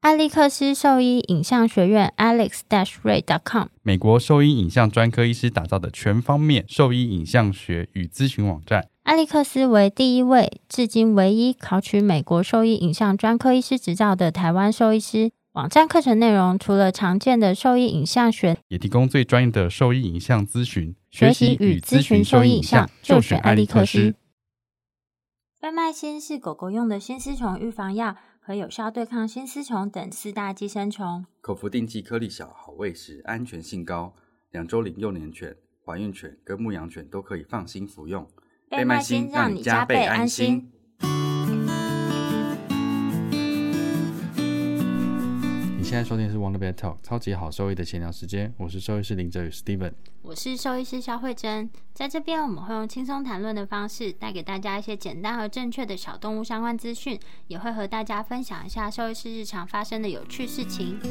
艾利克斯兽医影像学院 alex-ray.com 美国兽医影像专科医师打造的全方面兽医影像学与咨询网站。 艾利克斯为第一位至今唯一考取美国兽医影像专科医师执照的台湾兽医师。网站课程内容除了常见的兽医影像学， 也提供最专业的兽医影像咨询。 学习与咨询兽医影像就选艾利克斯。贝麦新是狗狗用的新丝虫预防药，可有效对抗新丝虫等4大寄生虫。 口服定剂，颗粒小，好喂食，安全性高，2周龄幼年犬、怀孕犬跟牧羊犬都可以放心服用。 贝麦新让你加倍安心。 你现在收听的是 Wonderbat Talk 超级好兽医的闲聊时间，我是兽医师林哲宇 Steven， 我是兽医师肖慧珍。在这边我们会用轻松谈论的方式带给大家一些简单而正确的小动物相关资讯，也会和大家分享一下兽医师日常发生的有趣事情。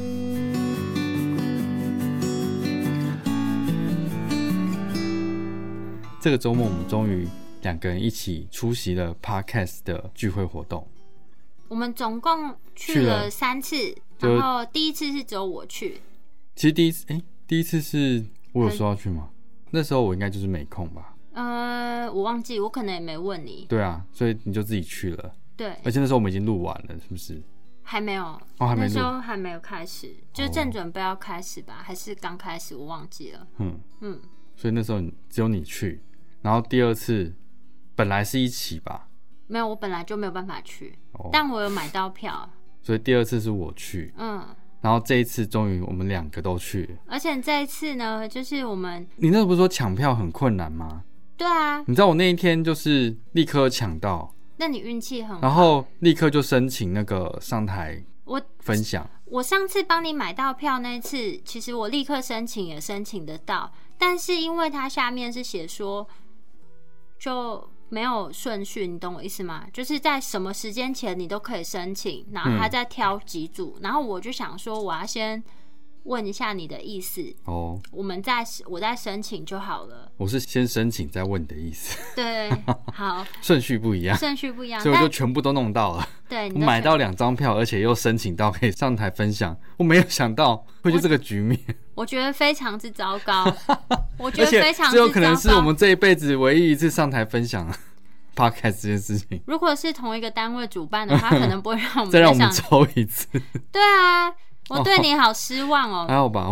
这个周末我们终于2个人一起出席了 Podcast 的聚会活动。 我们总共去了3次，然后第一次是只有我去。 其实第一次是我有说要去吗？那时候我应该就是没空吧。 我忘记，我可能也没问你。 对啊，所以你就自己去了。 对， 而且那时候我们已经录完了，是不是？ 还没有， 还没录， 那时候还没有开始，就是正准备要开始吧，还是刚开始，我忘记了。 所以那时候只有你去，然后第二次本来是一起吧。 没有，我本来就没有办法去，但我有买到票， 所以第二次是我去，然后这一次终于我们2个都去了。 而且这一次呢，就是我们， 你那时候不是说抢票很困难吗？ 对啊， 你知道我那一天就是立刻抢到， 那你运气很好， 然后立刻就申请那个上台分享。 我上次帮你买到票那一次，其实我立刻申请也申请得到，但是因为它下面是写说就没有顺序，你懂我意思吗？就是在什么时间前你都可以申请，然后他再挑几组，然后我就想说我要先问一下你的意思我再申请就好了。 我是先申请再问你的意思。 对，好， 顺序不一样， 所以我就全部都弄到了。 对， 我买到2张票，而且又申请到可以上台分享，我没有想到会是这个局面。 我觉得非常之糟糕，我觉得非常之糟糕， 这有可能是我们这一辈子唯一一次上台分享 podcast 这件事情。如果是同一个单位主办的话，可能不会让我们再让我们抽一次。 对啊，我对你好失望哦。 还好吧，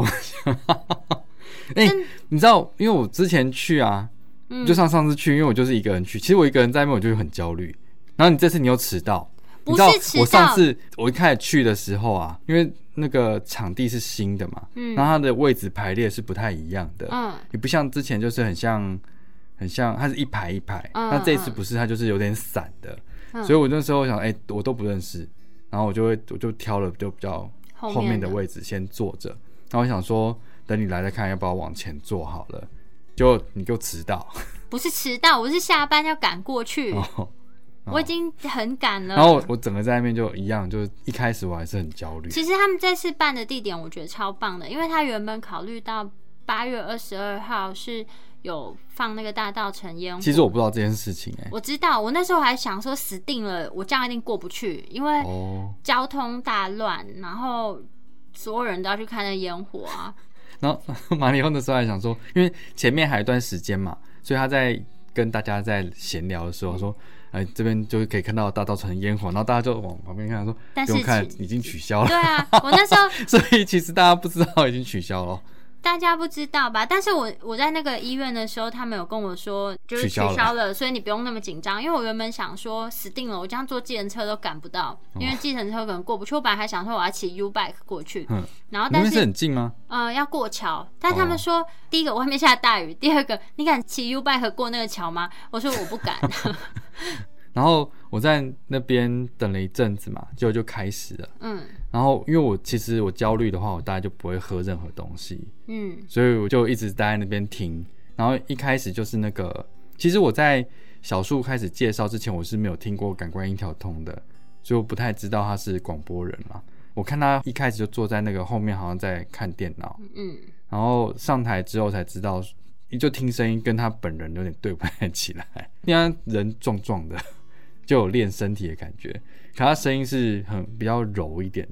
你知道，因为我之前去啊，就上次去，因为我就是一个人去，其实我一个人在那边我就很焦虑。然后你这次你又迟到， 不是迟到， 我上次我一开始去的时候啊，因为那个场地是新的嘛，然后它的位置排列是不太一样的，也不像之前就是很像它是一排一排，那这一次不是，它就是有点散的，所以我那时候想，我都不认识，然后我就挑了就比较后面的位置先坐着，然后我想说等你来再看要不要往前坐好了，结果你就迟到。 不是迟到，我是下班要赶过去。我已经很赶了， 然后我整个在那边就一样，就是一开始我还是很焦虑。 其实他们这次办的地点我觉得超棒的，因为他原本考虑到8月22号是有放那个大稻埕烟火。 其实我不知道这件事情我知道，我那时候还想说死定了，我这样一定过不去，因为交通大乱，然后所有人都要去看那烟火啊。 然后马里奥那时候还想说，因为前面还有一段时间嘛，所以他在跟大家在闲聊的时候说。这边就可以看到大稻埕烟火，然后大家就往旁边看说，不用看，已经取消了。 对啊，我那时候， 所以其实大家不知道已经取消了。 大家不知道吧？但是我在那个医院的时候，他们有跟我说就是取消了，所以你不用那么紧张。因为我原本想说死定了，我这样坐计程车都赶不到，因为计程车可能过不去。我本来还想说我要骑 U-Bike 过去，然后但是那边是很近吗？ 要过桥，但他们说第一个外面下大雨，第二个你敢骑 U-Bike 过那个桥吗？我说我不敢。 然后我在那边等了一阵子嘛，就开始了。然后因为其实我焦虑的话，我大概就不会喝任何东西。所以我就一直待在那边听。然后一开始就是那个，其实我在小树开始介绍之前，我是没有听过感官一条通的，所以我不太知道他是广播人嘛。我看他一开始就坐在那个后面，好像在看电脑。然后上台之后才知道，就听声音跟他本人有点对不太起来，因为他人壮壮的。就有练身体的感觉，可他声音是比较柔一点的。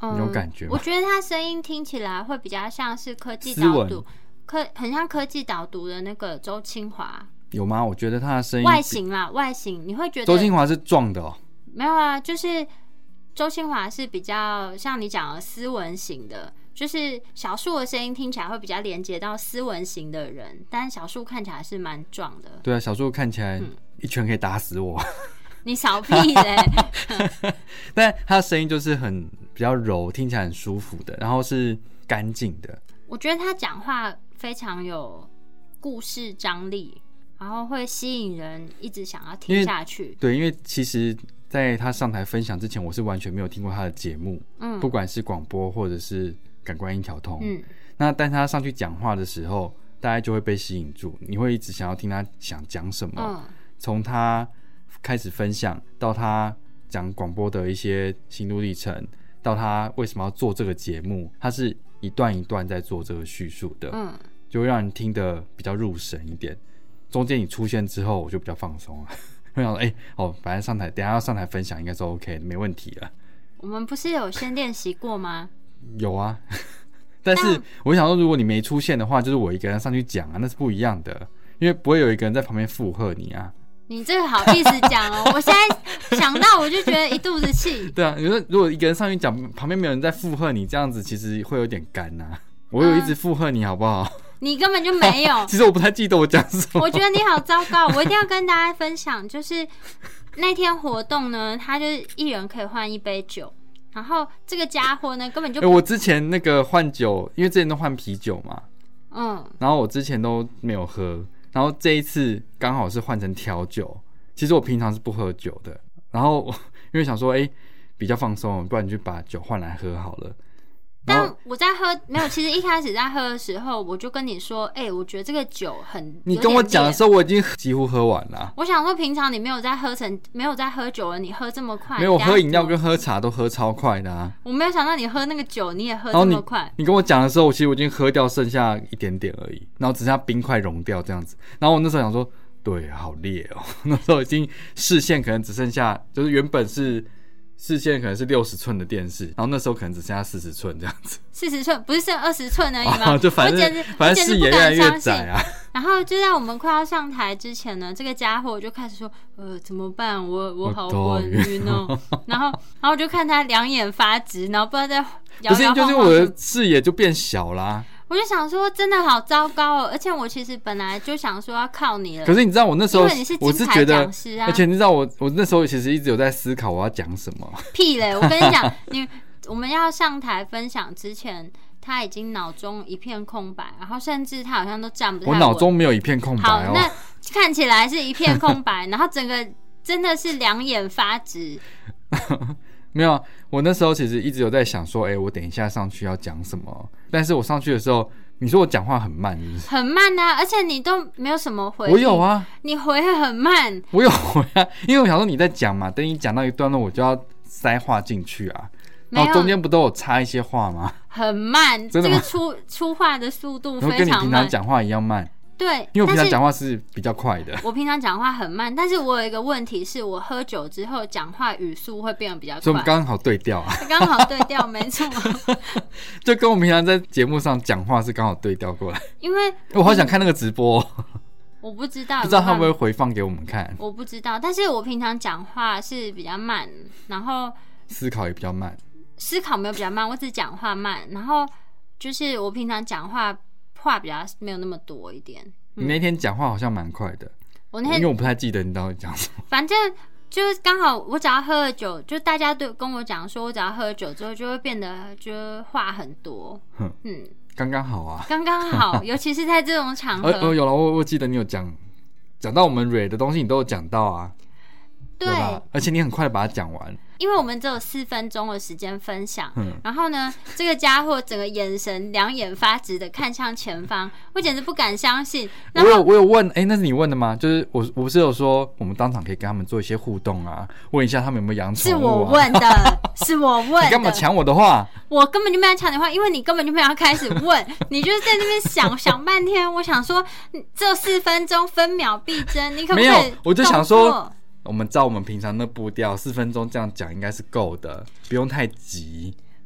你有感觉吗？ 我觉得他声音听起来会比较像是科技导读，很像科技导读的那个周清华。 有吗？我觉得他的声音外形啦，外形你会觉得周清华是壮的哦。 没有啊，就是周清华是比较像你讲的斯文型的，就是小树的声音听起来会比较连接到斯文型的人，但小树看起来是蛮壮的。 对啊，小树看起来一拳可以打死我。 你少屁嘞！ 但他的声音就是比较柔，听起来很舒服的，然后是干净的。 我觉得他讲话非常有故事张力，然后会吸引人一直想要听下去。 对，因为其实在他上台分享之前，我是完全没有听过他的节目，不管是广播或者是感官一条通。那但他上去讲话的时候，大家就会被吸引住，你会一直想要听他想讲什么。从他开始分享到他讲广播的一些心路历程，到他为什么要做这个节目，他是一段一段在做这个叙述的，就会让人听得比较入神一点。中间你出现之后，我就比较放松了。我想说，反正上台，等一下要上台分享，应该是 OK， 没问题了。 我们不是有先练习过吗？ 有啊，但是我想说，如果你没出现的话，就是我一个人上去讲啊，那是不一样的，因为不会有一个人在旁边附和你啊。 你这个好意思讲哦！我现在想到我就觉得一肚子气。 对啊，你说如果一个人上去讲，旁边没有人在附和你，这样子其实会有点干啊。我有一直附和你好不好？ 你根本就没有。 其实我不太记得我讲什么。 我觉得你好糟糕，我一定要跟大家分享，就是那天活动呢，他就是一人可以换一杯酒，然后这个家伙呢根本就…… 我之前那个换酒，因为之前都换啤酒嘛，然后我之前都没有喝。然后这一次刚好是换成调酒，其实我平常是不喝酒的，然后因为想说比较放松，不然你就把酒换来喝好了。 但我在喝没有，其实一开始在喝的时候，我就跟你说，我觉得这个酒很…… 你跟我讲的时候，我已经几乎喝完了。我想说，平常你没有在喝酒了，你喝这么快？ 没有，我喝饮料跟喝茶都喝超快的啊。 我没有想到你喝那个酒，你也喝这么快。 你跟我讲的时候，其实我已经喝掉剩下一点点而已，然后只剩下冰块融掉这样子。然后我那时候想说，对，好烈哦。那时候已经视线可能只剩下，就是原本是。视线可能是60寸的电视，然后那时候可能只剩下40寸这样子。 40寸不是剩20寸而已吗？ 就反正视野越来越窄啊。 然后就在我们快要上台之前呢，这个家伙就开始说：“怎么办？我好昏晕哦。”然后我就看他两眼发直，然后不知道在摇摇晃晃。 不是，就是我的视野就变小啦。 我就想说，真的好糟糕哦！而且我其实本来就想说要靠你了。 可是你知道我那时候， 因为你是金牌讲师啊， 而且你知道我那时候其实一直有在思考我要讲什么。 屁嘞！我跟你讲，我们要上台分享之前，他已经脑中一片空白，然后甚至他好像都站不太稳。 我脑中没有一片空白哦。 好，那看起来是一片空白，然后整个真的是两眼发直。 没有，我那时候其实一直有在想说，我等一下上去要讲什么。但是我上去的时候，你说我讲话很慢是不是？ 很慢啊，而且你都没有什么回应。 我有啊， 你回很慢。 我有回啊，因为我想说你在讲嘛，等你讲到一段落，我就要塞话进去啊。然后中间不都有插一些话吗？ 很慢，这个出话的速度非常慢， 跟你平常讲话一样慢。 对， 因为我平常讲话是比较快的。 我平常讲话很慢，但是我有一个问题是，我喝酒之后讲话语速会变得比较快， 所以我们刚好对调啊。 刚好对调，没错。 就跟我们平常在节目上讲话是刚好对调过来。 因为我好想看那个直播。 我不知道他会不会回放给我们看？ 我不知道，但是我平常讲话是比较慢，然后思考也比较慢。 思考没有比较慢，我只讲话慢，然后就是我平常讲话比较没有那么多一点。 你那天讲话好像蛮快的，因为我不太记得你到底讲什么。 反正就是刚好我只要喝了酒，就大家都跟我讲说，我只要喝了酒之后就会变得就话很多。 刚刚好啊， 刚刚好，尤其是在这种场合。 有了，我记得你有讲到我们蕊的东西，你都有讲到啊。 对， 而且你很快把它讲完。 因为我们只有4分钟的时间分享，然后呢，这个家伙整个眼神两眼发直的看向前方，我简直不敢相信。 我有问，那是你问的吗？就是我不是有说我们当场可以跟他们做一些互动啊，问一下他们有没有养宠物啊？ 是我问的，是我问的。 你干嘛抢我的话？ 我根本就没有抢你的话，因为你根本就没有要开始问，你就是在那边想半天。我想说，只有4分钟，分秒必争，你可不可以？ 没有，我就想说。我们照我们平常的步调，4分钟这样讲应该是够的，不用太急。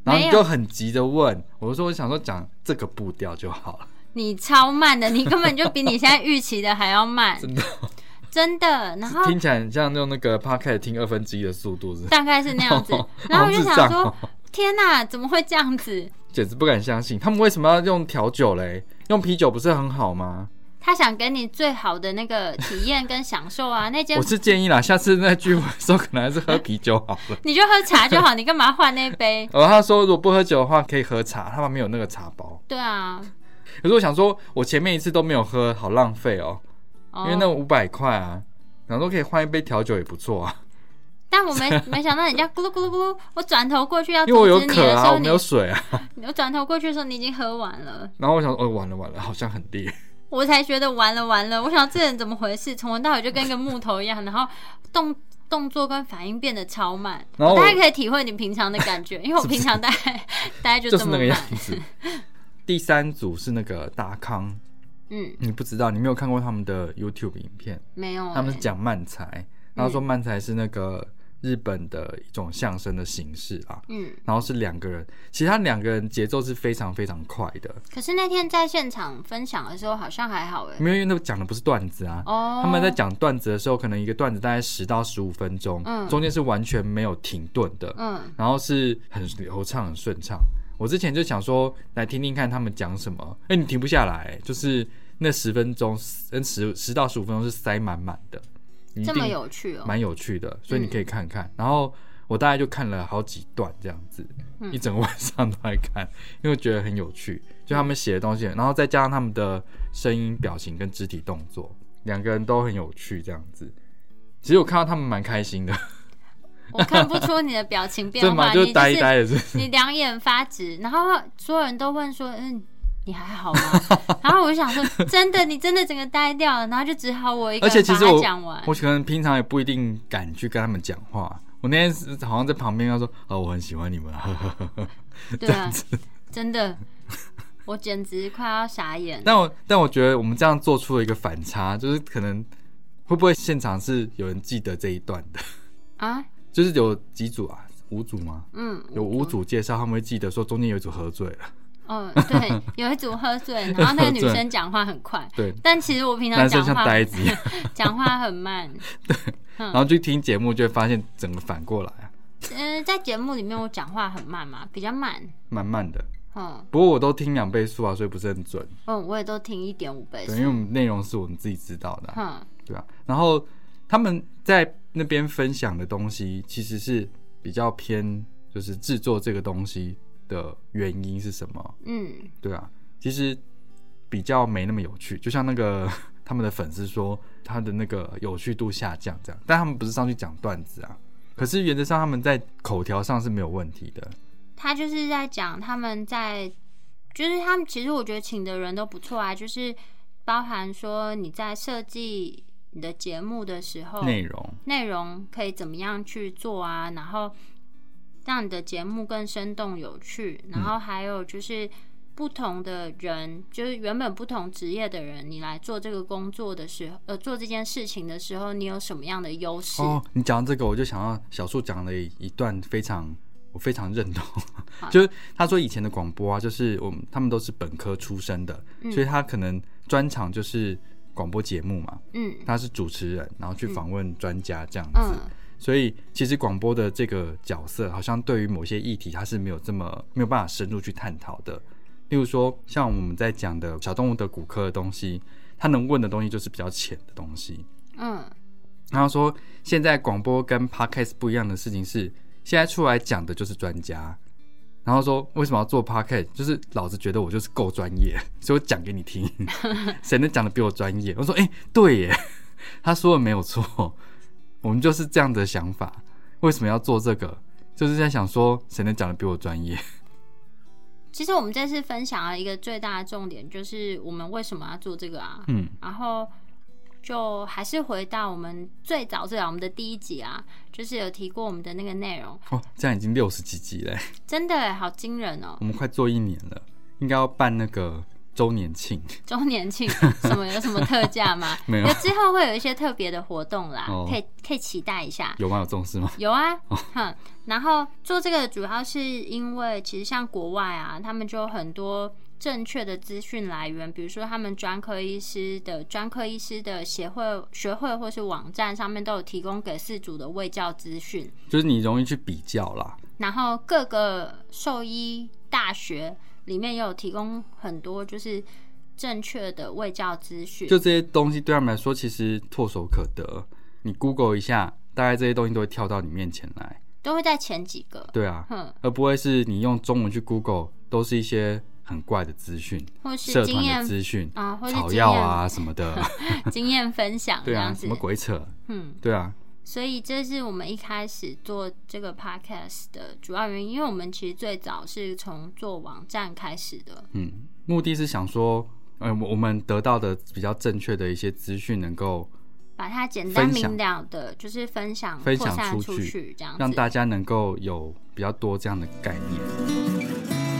然后你就很急的问，我就说我想说讲这个步调就好了。 你超慢的，你根本就比你现在预期的还要慢， 真的。 真的，然后听起来很像用那个 podcast 听1/2的速度， 大概是那样子。然后我就想说，天哪，怎么会这样子？ 简直不敢相信，他们为什么要用调酒嘞？用啤酒不是很好吗？ 他想给你最好的那个体验跟享受啊！那间我是建议啦，下次那聚会的时候可能还是喝啤酒好了。 你就喝茶就好，你干嘛换那杯？ 他说如果不喝酒的话可以喝茶，他们没有那个茶包。 对啊。 可是我想说，我前面一次都没有喝，好浪费哦，因为那500块啊。然后说可以换一杯调酒也不错啊， 但我没想到人家咕噜咕噜咕噜，我转头过去要因为我有渴阻止你的时候， 啊，我没有水啊。 我转头过去的时候，你已经喝完了。 然后我想说，完了，好像很烈。 我才觉得完了，我想这人怎么回事？从头到尾就跟一个木头一样，然后动作跟反应变得超慢。然后我大概可以体会你平常的感觉，因为我平常大概就这么慢。就是那个样子。 第3组是那个达康。你不知道，你没有看过他们的 YouTube 影片？ 没有。 他们是讲漫才，然后说漫才是那个日本的一种相声的形式啊。然后是2个人，其实他2个人节奏是非常非常快的。 可是那天在现场分享的时候好像还好没有，因为那讲的不是段子啊。他们在讲段子的时候，可能一个段子大概10到15分钟，中间是完全没有停顿的。然后是很流畅、很顺畅。我之前就想说来听听看他们讲什么，你停不下来，就是那10分钟10到15分钟是塞满满的， 这么有趣哦， 蛮有趣的，所以你可以看看。然后我大概就看了好几段这样子，一整个晚上都在看，因为觉得很有趣，就他们写的东西，然后再加上他们的声音、表情跟肢体动作，2个人都很有趣这样子。其实我看到他们蛮开心的。 我看不出你的表情变化， 就是呆呆的， 你2眼发直，然后所有人都问说：“你还好吗？”然后我就想说：“真的，你真的整个呆掉了。”然后就只好我一个人把它讲完。 我可能平常也不一定敢去跟他们讲话。我那天好像在旁边，他说：“我很喜欢你们。” 对啊，真的，我简直快要傻眼。 但我觉得我们这样做出了一个反差，就是可能会不会现场是有人记得这一段的啊？就是有几组啊，5组吗？有5组介绍，他们会记得说中间有一组喝醉了。 对，有一组喝醉，然后那个女生讲话很快， 对， 但其实我平常讲话像呆子一样， 讲话很慢。 对，然后就听节目就会发现整个反过来啊。 在节目里面我讲话很慢嘛，比较慢， 蛮慢的。不过我都听2倍速啊，所以不是很准。 我也都听1.5倍速， 对，因为我们内容是我们自己知道的，对吧？然后他们在那边分享的东西其实是比较偏，就是制作这个东西的原因是什么？对啊，其实比较没那么有趣。就像那个他们的粉丝说，他的那个有趣度下降这样，但他们不是上去讲段子啊。可是原则上他们在口条上是没有问题的。 他就是在讲他们在，就是他们其实我觉得请的人都不错啊，就是包含说你在设计你的节目的时候，内容可以怎么样去做啊，然后让你的节目更生动有趣，然后还有就是不同的人，就是原本不同职业的人，你来做这个工作的时候，做这件事情的时候，你有什么样的优势？ 你讲到这个，我就想到小树讲了一段我非常认同，就是他说以前的广播啊，就是他们都是本科出身的，所以他可能专长就是广播节目嘛，他是主持人，然后去访问专家这样子，所以其实广播的这个角色，好像对于某些议题，他是没有办法深入去探讨的。例如说，像我们在讲的小动物的骨科的东西，他能问的东西就是比较浅的东西。然后说，现在广播跟 podcast 不一样的事情是，现在出来讲的就是专家。然后说为什么要做 podcast， 就是老子觉得我就是够专业，所以我讲给你听，谁能讲得比我专业？我说对耶，他说的没有错，我们就是这样的想法。为什么要做这个？就是在想说谁能讲得比我专业。 其实我们这次分享了一个最大的重点，就是我们为什么要做这个啊？然后就还是回到我们最早我们的第1集啊，就是有提过我们的那个内容。 这样已经60几集了， 真的好惊人哦！ 我们快做1年了，应该要办那个周年庆什么有什么特价吗？ 没有， 之后会有一些特别的活动啦，可以期待一下。 有吗？有这种事吗？ 有啊，然后做这个主要是因为其实像国外啊，他们就有很多正确的资讯来源，比如说他们专科医师的学会或是网站上面都有提供给饲主的卫教资讯， 就是你容易去比较啦。 然后各个兽医大学里面也有提供很多就是正确的卫教资讯， 就这些东西对他们来说其实唾手可得，你 Google 一下，大概这些东西都会跳到你面前来， 都会在前几个。 对啊，而不会是你用中文去 Google 都是一些很怪的资讯， 或是社团的资讯啊，或是草药啊什么的经验分享这样子， 对啊，什么鬼扯，对啊。 所以这是我们一开始做这个 podcast 的主要原因，因为我们其实最早是从做网站开始的。 目的是想说，我们得到的比较正确的一些资讯，能够把它简单明了的，就是分享出去，这样子， 让大家能够有比较多这样的概念。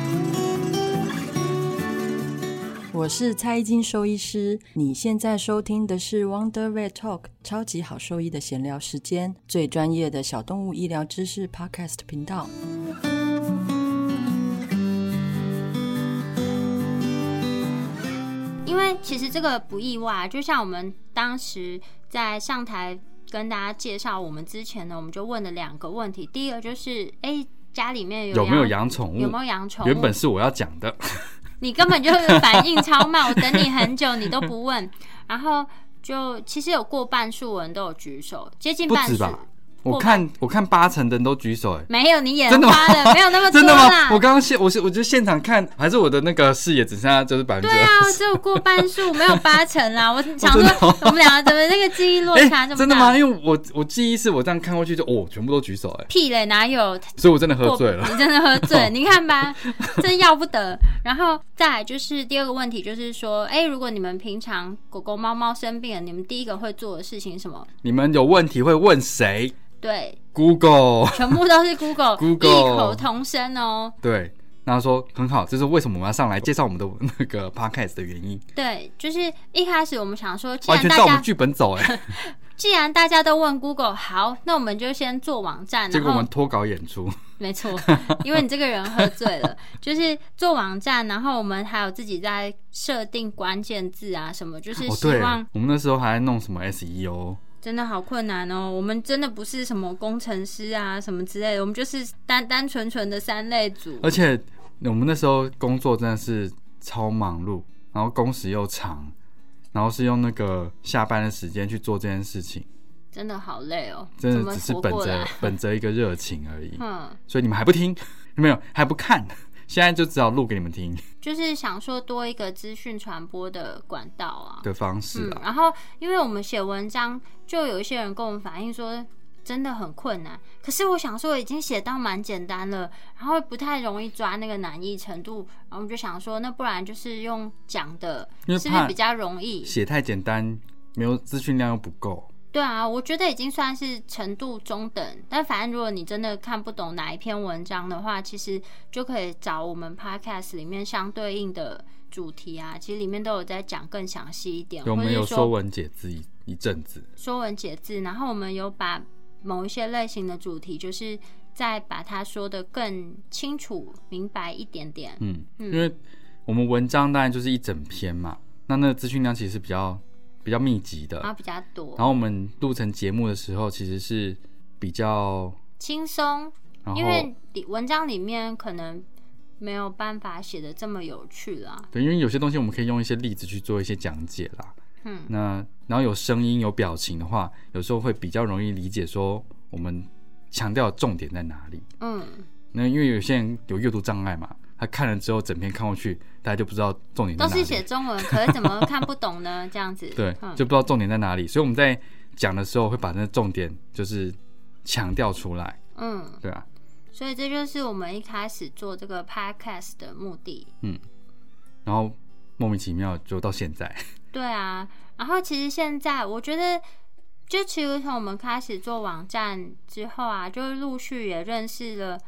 我是蔡一金兽医师，你现在收听的是 Wonder Vet Talk 超级好兽医的闲聊时间，最专业的小动物医疗知识 Podcast 频道。 因为其实这个不意外，就像我们当时在上台跟大家介绍我们之前呢，我们就问了2个问题。第一个就是家里面有没有养宠物， 有没有养宠物， 原本是我要讲的你根本就是反应超慢，我等你很久你都不问，然后就其实有过半数人都有举手，接近半数。 不止吧？我看80%的人都举手， 没有，你眼花了，没有那么多啦。真的吗？ 我刚刚我就现场看，还是我的那个视野只剩下就是20%。 对啊，只有过半数，没有80%啦。我想说，我们两个怎么那个记忆落差这么大？ 真的吗？因为我记忆是我这样看过去就全部都举手屁嘞，哪有？ 所以我真的喝醉了。 你真的喝醉，你看吧，真要不得。然后再来就是第2个问题，就是说，如果你们平常狗狗、猫猫生病了，你们第一个会做的事情是什么？ 你们有问题会问谁？ 对 ，Google， 全部都是 Google， 异口同声哦。 对，然后说很好，这是为什么我们要上来介绍我们的那个 podcast 的原因。 对，就是一开始我们想说， 完全照我们剧本走既然大家都问 Google， 好，那我们就先做网站。 结果我们脱稿演出。 没错，因为你这个人喝醉了，就是做网站，然后我们还有自己在设定关键字啊什么，就是希望。 我们那时候还在弄什么 SEO。 真的好困难哦！我们真的不是什么工程师啊什么之类的，我们就是单纯的3类组。 而且我们那时候工作真的是超忙碌，然后工时又长，然后是用那个下班的时间去做这件事情， 真的好累哦！ 真的只是本着一个热情而已。所以你们还不听，没有还不看。现在就只好录给你们听， 就是想说多一个资讯传播的管道啊的方式然后因为我们写文章，就有一些人跟我们反映说真的很困难，可是我想说已经写到蛮简单了，然后不太容易抓那个难易程度，然后我们就想说那不然就是用讲的，是不是比较容易？ 写太简单，没有资讯量又不够。 对啊，我觉得已经算是程度中等，但反正如果你真的看不懂哪一篇文章的话，其实就可以找我们 podcast 里面相对应的主题啊，其实里面都有在讲更详细一点。 我们有说文解字一阵子，说文解字，然后我们有把某一些类型的主题，就是再把它说得更清楚明白一点点。 因为我们文章当然就是一整篇嘛，那个资讯量其实是比较密集的， 然后比较多。然后我们录成节目的时候，其实是比较轻松，因为文章里面可能没有办法写得这么有趣啦。 对，因为有些东西我们可以用一些例子去做一些讲解啦。那然后有声音有表情的话，有时候会比较容易理解说我们强调的重点在哪里。那因为有些人有阅读障碍嘛，他看了之后整篇看过去，大家就不知道重点在哪里。 都是写中文，可是怎么看不懂呢？这样子对，就不知道重点在哪里。所以我们在讲的时候会把那个重点就是强调出来。对啊。 所以这就是我们一开始做这个 podcast 的目的。 然后莫名其妙就到现在。 对啊，然后其实现在我觉得，其实从我们开始做网站之后啊，就陆续也认识了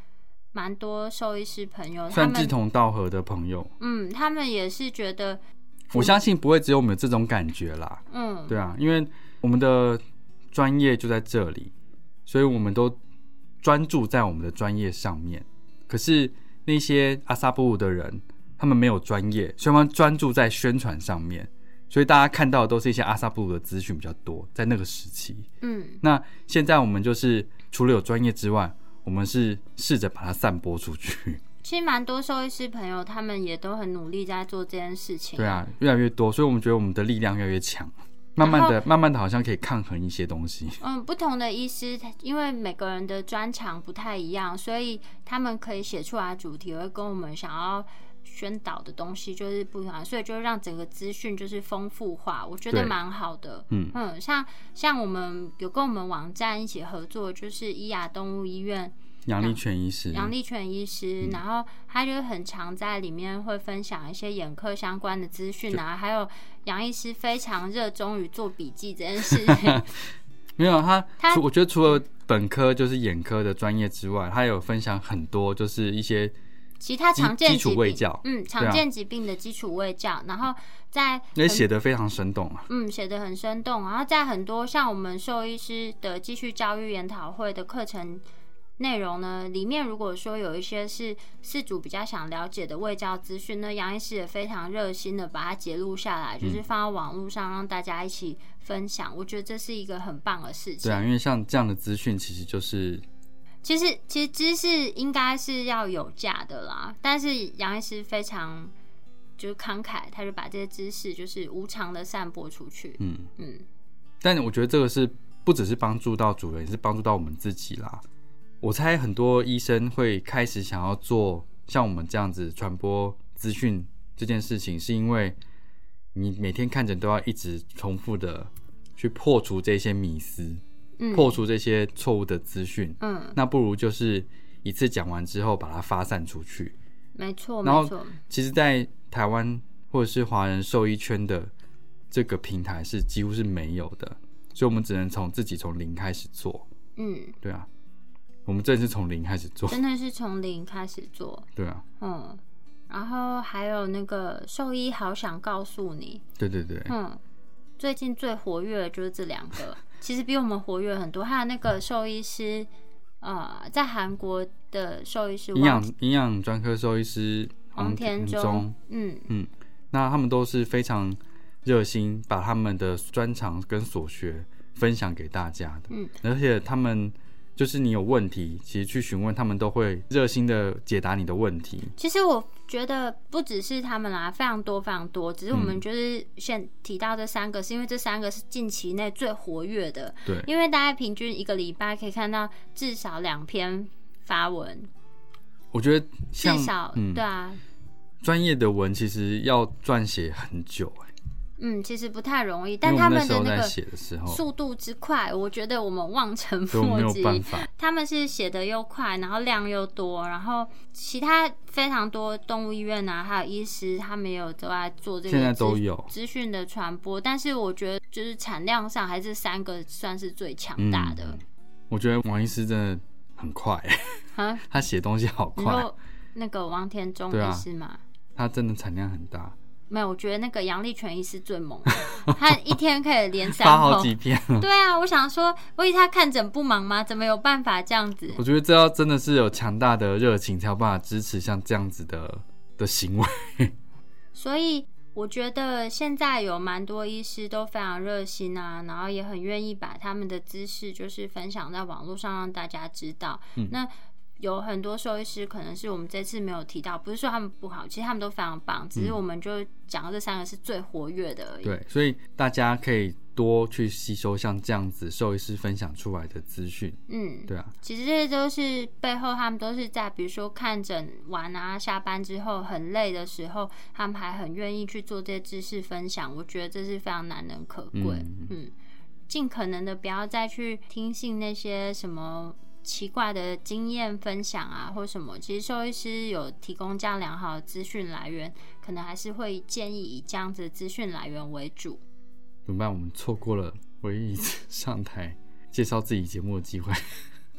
蛮多兽医师朋友， 算志同道合的朋友。 他们也是觉得， 我相信不会只有我们有这种感觉啦。对啊，因为我们的专业就在这里，所以我们都专注在我们的专业上面。可是那些阿萨布鲁的人，他们没有专业，所以他们专注在宣传上面，所以大家看到的都是一些阿萨布鲁的资讯比较多，在那个时期。那现在我们就是除了有专业之外，我们是试着把它散播出去。 其实蛮多兽医师朋友，他们也都很努力在做这件事情。 对啊，越来越多，所以我们觉得我们的力量越来越强。慢慢的好像可以抗衡一些东西。 不同的医师，因为每个人的专长不太一样，所以他们可以写出来的主题会跟我们想要宣导的东西就是不一样，所以就让整个资讯就是丰富化，我觉得蛮好的。像我们有跟我们网站一起合作，就是伊雅动物医院杨丽泉医师， 然后他就很常在里面会分享一些眼科相关的资讯啊，还有杨医师非常热衷于做笔记这件事。 没有他我觉得除了本科就是眼科的专业之外，他有分享很多就是一些其他常见基础卫教， 常见疾病的基础卫教，然后也写得非常生动啊。 写得很生动，然后在很多像我们兽医师的继续教育研讨会的课程内容呢，里面如果说有一些是饲主比较想了解的卫教资讯呢，杨医师也非常热心的把它截录下来，就是放到网络上让大家一起分享。我觉得这是一个很棒的事情。 对啊，因为像这样的资讯其实就是其实知识应该是要有价的啦，但是杨医师非常就是慷慨，他就把这些知识就是无偿的散播出去。 但我觉得这个是不只是帮助到主人，也是帮助到我们自己啦。我猜很多医生会开始想要做像我们这样子传播资讯这件事情，是因为你每天看诊都要一直重复的去破除这些迷思，破除这些错误的资讯。那不如就是一次讲完之后把它发散出去。 没错， 然后其实在台湾或者是华人兽医圈的这个平台是几乎是没有的，所以我们只能从零开始做。对啊，我们真的是从零开始做， 真的是从零开始做。 对啊， 然后还有那个兽医好想告诉你， 对， 最近最活跃的就是这两个，其实比我们活跃很多。还有那个兽医师，在韩国的兽医师营养专科兽医师王田中， 那他们都是非常热心，把他们的专长跟所学分享给大家的。而且他们就是你有问题，其实去询问他们都会热心的解答你的问题。 其实我觉得不只是他们啦，非常多非常多，只是我们就是先提到这三个，是因为这三个是近期内最活跃的。 对， 因为大概平均一个礼拜可以看到至少2篇发文。 我觉得像至少对啊， 专业的文其实要撰写很久其实不太容易，但他们的那个写的时候速度之快，我觉得我们望尘莫及。 没有办法， 他们是写的又快，然后量又多，然后其他非常多动物医院啊，还有医师，他们也有都在做这个， 现在都有资讯的传播。但是我觉得就是产量上，还是3个算是最强大的。 我觉得王医师真的很快他写东西好快。 你说那个王田中医师嘛， 他真的产量很大。 没有，我觉得那个杨丽泉医师最猛的，他一天可以连3 发好几篇。 对啊，我想说，我以他看诊不忙吗？怎么有办法这样子？ 我觉得这要真的是有强大的热情，才有办法支持像这样子的行为。 所以我觉得现在有蛮多医师都非常热心啊，然后也很愿意把他们的知识就是分享在网络上让大家知道。那有很多兽医师可能是我们这次没有提到，不是说他们不好，其实他们都非常棒，只是我们就讲的这3个是最活跃的而已。 对，所以大家可以多去吸收像这样子兽医师分享出来的资讯。对啊， 其实这些都是背后他们都是在比如说看诊完啊，下班之后很累的时候，他们还很愿意去做这些知识分享，我觉得这是非常难能可贵。尽可能的不要再去听信那些什么奇怪的经验分享啊或什么，其实兽医师有提供这样良好的资讯来源，可能还是会建议以这样子的资讯来源为主。 怎么办？我们错过了唯一一次上台介绍自己节目的机会。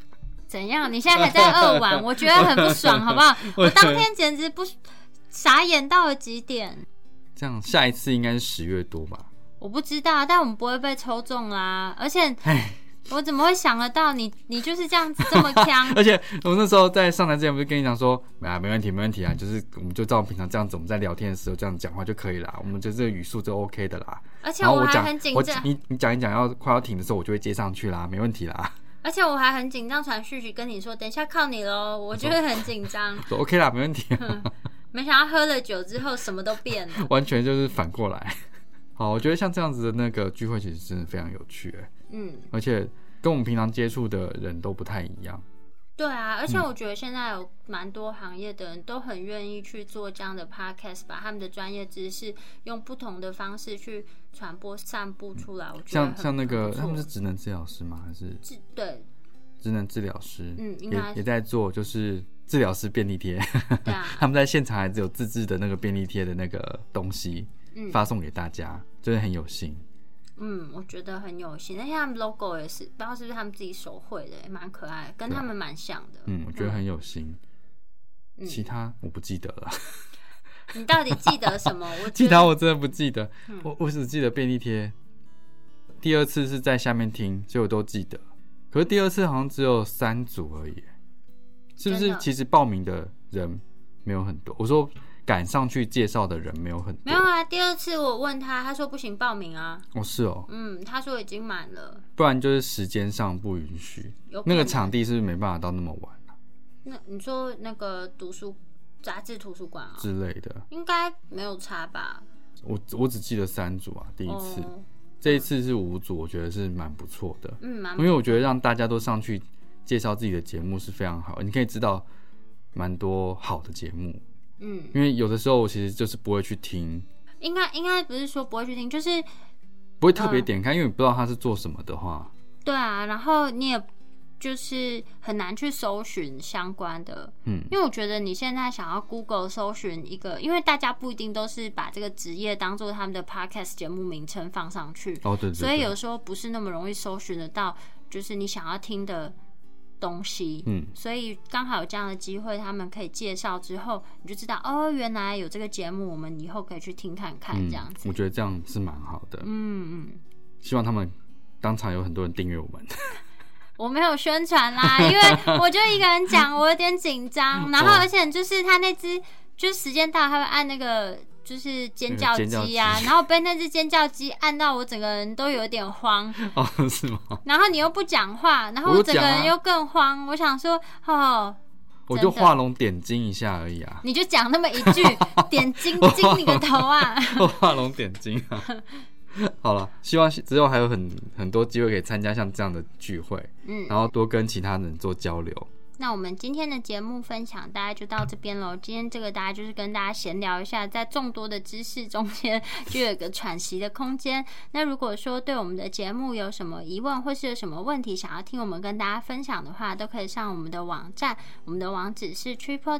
怎样？你现在还在2晚，我觉得很不爽，好不好？我当天简直不傻眼到了极点。 这样下一次应该是10月多吧？ 我不知道，但我们不会被抽中啦。而且，我怎么会想得到你就是这样子这么强？ 而且我那时候在上台之前不是跟你讲说，没问题啊，就是我们就照平常这样子，我们在聊天的时候这样讲话就可以啦，我们就这个语速就 OK 的啦。 而且我还很紧张， 你讲一讲快要停的时候，我就会接上去啦，没问题啦。 而且我还很紧张，传讯息跟你说，等一下靠你咯，我就会很紧张。 说 OK 啦，没问题。 没想到喝了酒之后什么都变了， 完全就是反过来。好，我觉得像这样子的那个聚会其实真的非常有趣，而且跟我们平常接触的人都不太一样。 对啊，而且我觉得现在有蛮多行业的人都很愿意去做这样的 podcast， 把他们的专业知识用不同的方式去传播、散布出来。我觉得像那个他们是职能治疗师吗？还是对职能治疗师？ 应该也在做，就是治疗师便利贴。 对啊， 他们在现场还只有自制的那个便利贴的那个东西，发送给大家，真的很有心。 我觉得很有心，而且他们 logo 也是，不知道是不是他们自己手绘的，也蛮可爱的，跟他们蛮像的。 我觉得很有心。其他我不记得了。 你到底记得什么？ 其他我真的不记得。我只记得便利贴。第2次是在下面听，所以我都记得。可是第2次好像只有3组而已，是不是？其实报名的人没有很多。我说赶上去介绍的人没有很多。 没有啊，第2次我问他说不行报名啊。 是哦。 他说已经满了。 不然就是时间上不允许。那个场地是不是没办法到那么晚啊？ 那你说那个杂志图书馆啊之类的， 应该没有差吧？ 我只记得3组啊，第1次。这一次是5组，我觉得是蛮不错的。因为我觉得让大家都上去介绍自己的节目是非常好，你可以知道蛮多好的节目。因为有的时候我其实就是不会去听，应该不是说不会去听，就是不会特别点开，因为你不知道他是做什么的话。 对啊，然后你也就是很难去搜寻相关的。因为我觉得你现在想要 Google 搜寻一个，因为大家不一定都是把这个职业当做他们的 podcast 节目名称放上去。 对， 所以有时候不是那么容易搜寻得到，就是你想要听的东西。所以刚好有这样的机会，他们可以介绍之后，你就知道原来有这个节目，我们以后可以去听看看这样子。 我觉得这样是蛮好的。希望他们当场有很多人订阅我们。 我没有宣传啦，因为我就一个人讲，我有点紧张。然后而且就是他那只，就是时间到，他会按那个就是尖叫机啊，然后被那只尖叫机按到我整个人都有点慌。 是吗？ 然后你又不讲话，然后我整个人又更慌。我想说， 我就画龙点睛一下而已啊。 你就讲那么一句，点睛睛你个头啊！ 我画龙点睛啊。好了，希望之后还有很多机会可以参加像这样的聚会，然后多跟其他人做交流。 那我们今天的节目分享大概就到这边咯。今天这个大概就是跟大家闲聊一下，在众多的知识中间就有个喘息的空间。那如果说对我们的节目有什么疑问，或是有什么问题想要听我们跟大家分享的话，都可以上我们的网站，我们的网址是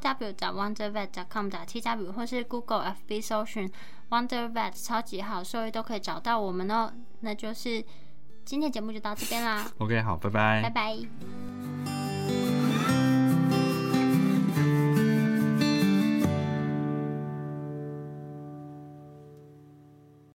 www.wondervet.com.tw 或是 Google FB 搜寻 WonderVet 超级好兽医都可以找到我们哦。那就是今天节目就到这边啦。 OK， 好，拜拜， 拜拜。